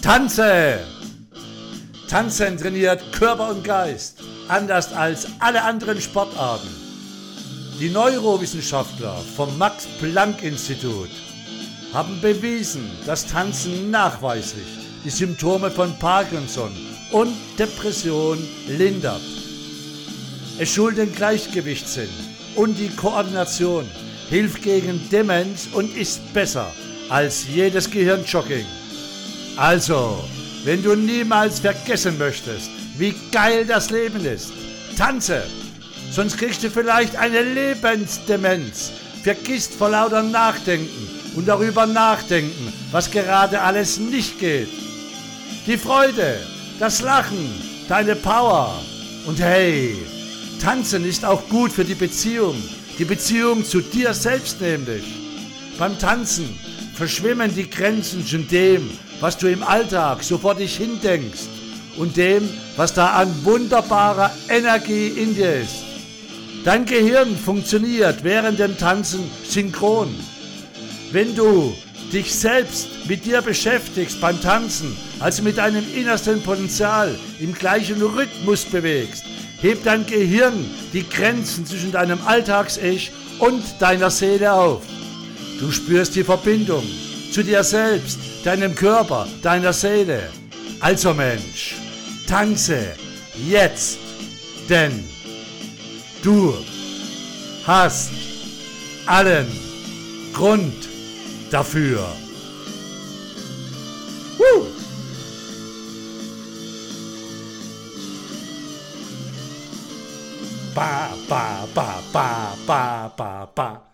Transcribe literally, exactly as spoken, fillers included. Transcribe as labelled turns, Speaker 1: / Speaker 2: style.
Speaker 1: Tanze! Tanzen trainiert Körper und Geist, anders als alle anderen Sportarten. Die Neurowissenschaftler vom Max-Planck-Institut haben bewiesen, dass Tanzen nachweislich die Symptome von Parkinson und Depression lindert. Es schult den Gleichgewichtssinn und die Koordination, hilft gegen Demenz und ist besser als jedes Gehirnjogging. Also, wenn du niemals vergessen möchtest, wie geil das Leben ist, tanze! Sonst kriegst du vielleicht eine Lebensdemenz, vergisst vor lauter Nachdenken und darüber nachdenken, was gerade alles nicht geht. Die Freude, das Lachen, deine Power. Und hey, tanzen ist auch gut für die Beziehung, die Beziehung zu dir selbst nämlich. Beim Tanzen verschwimmen die Grenzen zwischen dem, was du im Alltag so vor dich hindenkst und dem, was da an wunderbarer Energie in dir ist. Dein Gehirn funktioniert während dem Tanzen synchron. Wenn du dich selbst mit dir beschäftigst beim Tanzen, also mit deinem innersten Potenzial im gleichen Rhythmus bewegst, hebt dein Gehirn die Grenzen zwischen deinem Alltags-Ich und deiner Seele auf. Du spürst die Verbindung zu dir selbst, deinem Körper, deiner Seele. Also Mensch, tanze jetzt, denn du hast allen Grund dafür. Woo! Ba, ba, ba, ba, ba, ba, ba.